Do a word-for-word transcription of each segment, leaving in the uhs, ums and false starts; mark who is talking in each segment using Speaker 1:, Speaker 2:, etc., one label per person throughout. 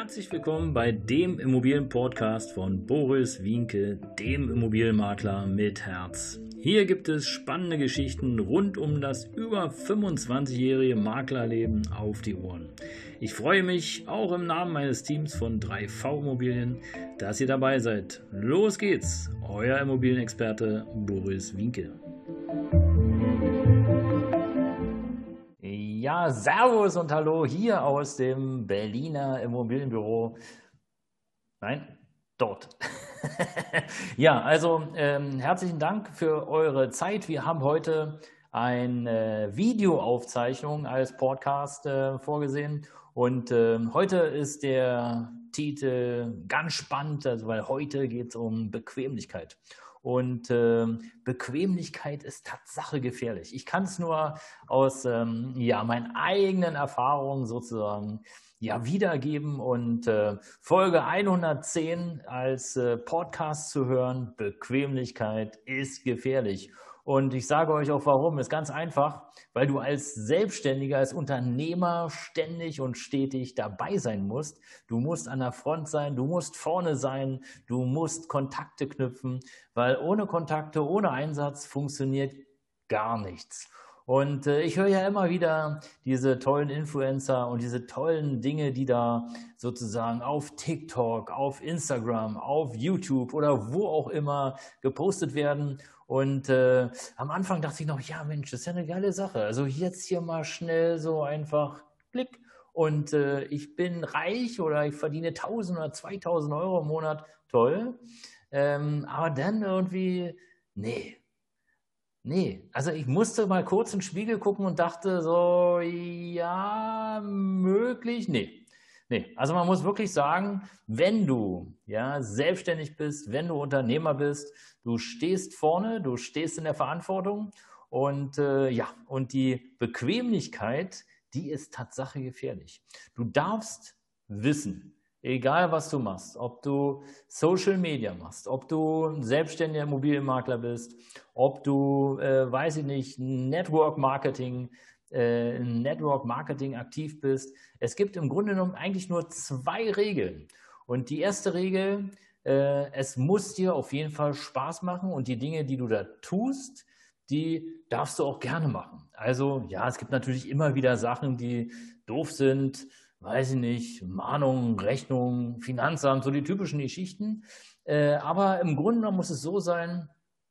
Speaker 1: Herzlich willkommen bei dem Immobilienpodcast von Boris Wienke, dem Immobilienmakler mit Herz. Hier gibt es spannende Geschichten rund um das über fünfundzwanzigjährige Maklerleben auf die Ohren. Ich freue mich auch im Namen meines Teams von drei V Immobilien, dass ihr dabei seid. Los geht's, euer Immobilienexperte Boris Wienke. Ja, Servus und Hallo hier aus dem Berliner Immobilienbüro. Nein, dort. Ja, also ähm, herzlichen Dank für eure Zeit. Wir haben heute eine Videoaufzeichnung als Podcast äh, vorgesehen und äh, heute ist der Titel ganz spannend, also weil heute geht es um Bequemlichkeit. Und äh, Bequemlichkeit ist Tatsache gefährlich. Ich kann es nur aus ähm, ja, meinen eigenen Erfahrungen sozusagen ja, wiedergeben und äh, Folge hundertzehn als äh, Podcast zu hören. Bequemlichkeit ist gefährlich. Und ich sage euch auch warum. Ist ganz einfach, weil du als Selbstständiger, als Unternehmer ständig und stetig dabei sein musst. Du musst an der Front sein, du musst vorne sein, du musst Kontakte knüpfen, weil ohne Kontakte, ohne Einsatz funktioniert gar nichts. Und äh, ich höre ja immer wieder diese tollen Influencer und diese tollen Dinge, die da sozusagen auf TikTok, auf Instagram, auf YouTube oder wo auch immer gepostet werden. Und äh, am Anfang dachte ich noch, ja Mensch, das ist ja eine geile Sache. Also jetzt hier mal schnell so einfach Klick und äh, ich bin reich oder ich verdiene tausend oder zweitausend Euro im Monat. Toll. Ähm, aber dann irgendwie, nee. Nee, also ich musste mal kurz in den Spiegel gucken und dachte so, ja, möglich, nee. Nee, also man muss wirklich sagen, wenn du ja, selbstständig bist, wenn du Unternehmer bist, du stehst vorne, du stehst in der Verantwortung und äh, ja, und die Bequemlichkeit, die ist Tatsache gefährlich. Du darfst wissen, egal was du machst, ob du Social Media machst, ob du ein selbstständiger Immobilienmakler bist, ob du, äh, weiß ich nicht, Network Marketing, äh, Network Marketing aktiv bist. Es gibt im Grunde genommen eigentlich nur zwei Regeln. Und die erste Regel, äh, es muss dir auf jeden Fall Spaß machen und die Dinge, die du da tust, die darfst du auch gerne machen. Also ja, es gibt natürlich immer wieder Sachen, die doof sind, weiß ich nicht, Mahnungen, Rechnungen, Finanzamt, so die typischen Geschichten. Äh, aber im Grunde genommen muss es so sein,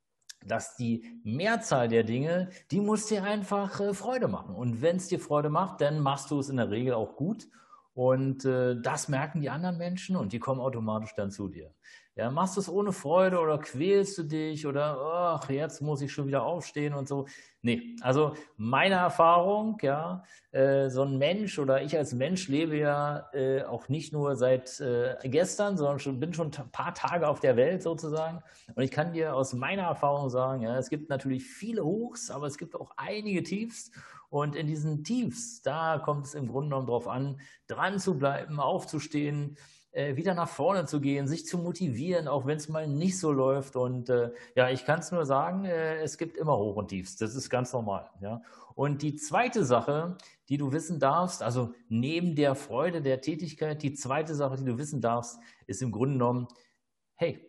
Speaker 1: dass die Mehrzahl der Dinge, die muss dir einfach äh, Freude machen. Und wenn es dir Freude macht, dann machst du es in der Regel auch gut. Und äh, das merken die anderen Menschen und die kommen automatisch dann zu dir. Ja, machst du es ohne Freude oder quälst du dich oder ach, jetzt muss ich schon wieder aufstehen und so. Nee, also meine Erfahrung, ja, äh, so ein Mensch oder ich als Mensch lebe ja äh, auch nicht nur seit äh, gestern, sondern schon, bin schon ein paar Tage auf der Welt sozusagen. Und ich kann dir aus meiner Erfahrung sagen, ja, es gibt natürlich viele Hochs, aber es gibt auch einige Tiefs. Und in diesen Tiefs, da kommt es im Grunde genommen drauf an, dran zu bleiben, aufzustehen, äh, wieder nach vorne zu gehen, sich zu motivieren, auch wenn es mal nicht so läuft. Und äh, ja, ich kann es nur sagen, äh, es gibt immer Hoch und Tiefs. Das ist ganz normal. Ja. Und die zweite Sache, die du wissen darfst, also neben der Freude der Tätigkeit, die zweite Sache, die du wissen darfst, ist im Grunde genommen, hey,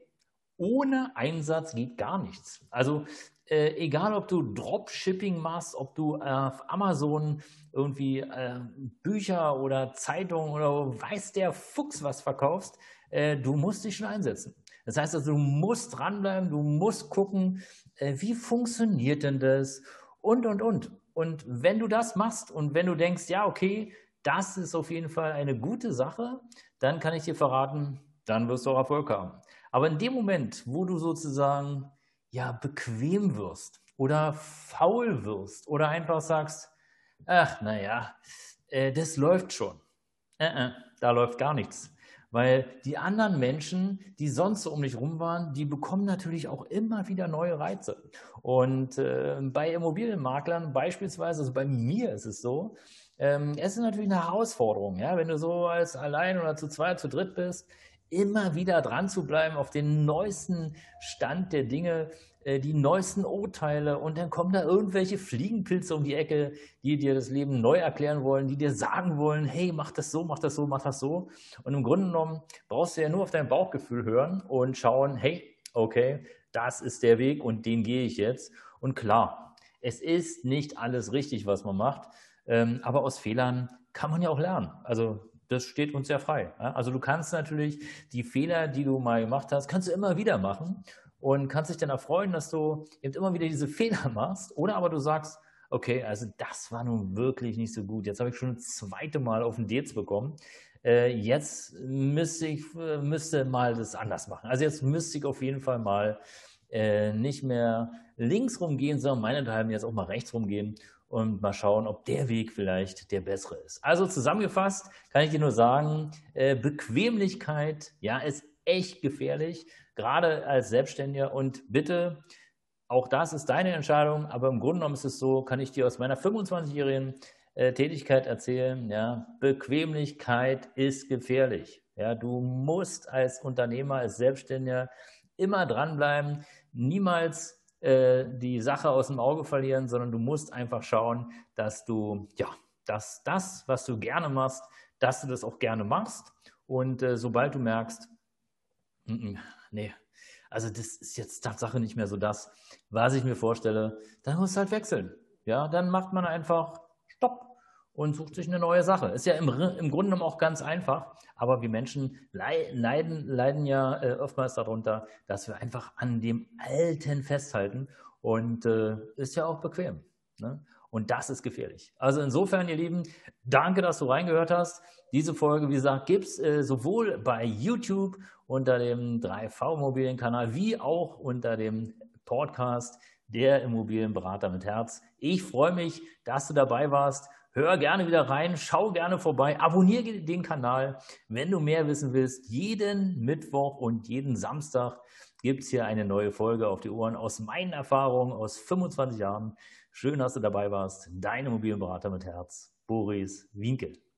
Speaker 1: ohne Einsatz geht gar nichts. Also äh, egal, ob du Dropshipping machst, ob du äh, auf Amazon irgendwie äh, Bücher oder Zeitungen oder weiß der Fuchs was verkaufst, äh, du musst dich schon einsetzen. Das heißt also, du musst dranbleiben, du musst gucken, äh, wie funktioniert denn das und, und, und. Und wenn du das machst und wenn du denkst, ja, okay, das ist auf jeden Fall eine gute Sache, dann kann ich dir verraten, dann wirst du auch Erfolg haben. Aber in dem Moment, wo du sozusagen ja bequem wirst oder faul wirst oder einfach sagst, ach naja, äh, das läuft schon. Äh, äh, da läuft gar nichts. Weil die anderen Menschen, die sonst so um dich rum waren, die bekommen natürlich auch immer wieder neue Reize. Und äh, bei Immobilienmaklern beispielsweise, also bei mir ist es so, ähm, es ist natürlich eine Herausforderung, ja, wenn du so als allein oder zu zweit, zu dritt bist, immer wieder dran zu bleiben, auf den neuesten Stand der Dinge äh, die neuesten Urteile und dann kommen da irgendwelche Fliegenpilze um die Ecke, die dir das Leben neu erklären wollen, die dir sagen wollen, hey, mach das so, mach das so, mach das so. Und im Grunde genommen brauchst du ja nur auf dein Bauchgefühl hören und schauen, hey, okay, das ist der Weg und den gehe ich jetzt. Und klar, es ist nicht alles richtig, was man macht, ähm, aber aus Fehlern kann man ja auch lernen. Also das steht uns ja frei. Ja? Also du kannst natürlich die Fehler, die du mal gemacht hast, kannst du immer wieder machen und kannst dich dann erfreuen, dass du eben immer wieder diese Fehler machst. Oder aber du sagst, okay, also das war nun wirklich nicht so gut. Jetzt habe ich schon das zweite Mal auf den Dez bekommen. Äh, jetzt müsste ich äh, müsste mal das anders machen. Also jetzt müsste ich auf jeden Fall mal äh, nicht mehr links rumgehen, sondern meinethalben jetzt auch mal rechts rumgehen und mal schauen, ob der Weg vielleicht der bessere ist. Also zusammengefasst kann ich dir nur sagen, äh, Bequemlichkeit, ja, ist echt gefährlich, gerade als Selbstständiger. Und bitte, auch das ist deine Entscheidung, aber im Grunde genommen ist es so, kann ich dir aus meiner fünfundzwanzigjährigen äh, Tätigkeit erzählen, ja, Bequemlichkeit ist gefährlich. Ja, du musst als Unternehmer, als Selbstständiger immer dranbleiben, niemals äh, die Sache aus dem Auge verlieren, sondern du musst einfach schauen, dass du, ja, dass das, was du gerne machst, dass du das auch gerne machst. Und äh, sobald du merkst, mm -mm, nee, also das ist jetzt Tatsache nicht mehr so das, was ich mir vorstelle, dann musst du halt wechseln. Ja, dann macht man einfach Stopp und sucht sich eine neue Sache. Ist ja im, im Grunde genommen auch ganz einfach, aber wir Menschen leiden, leiden ja äh, oftmals darunter, dass wir einfach an dem Alten festhalten und äh, ist ja auch bequem. Ne? Und das ist gefährlich. Also insofern, ihr Lieben, danke, dass du reingehört hast. Diese Folge, wie gesagt, gibt es äh, sowohl bei YouTube unter dem drei V Immobilienkanal wie auch unter dem Podcast der Immobilienberater mit Herz. Ich freue mich, dass du dabei warst. Hör gerne wieder rein, schau gerne vorbei, abonniere den Kanal, wenn du mehr wissen willst. Jeden Mittwoch und jeden Samstag gibt es hier eine neue Folge auf die Ohren aus meinen Erfahrungen aus fünfundzwanzig Jahren. Schön, dass du dabei warst. Dein Immobilienberater mit Herz, Boris Wienke.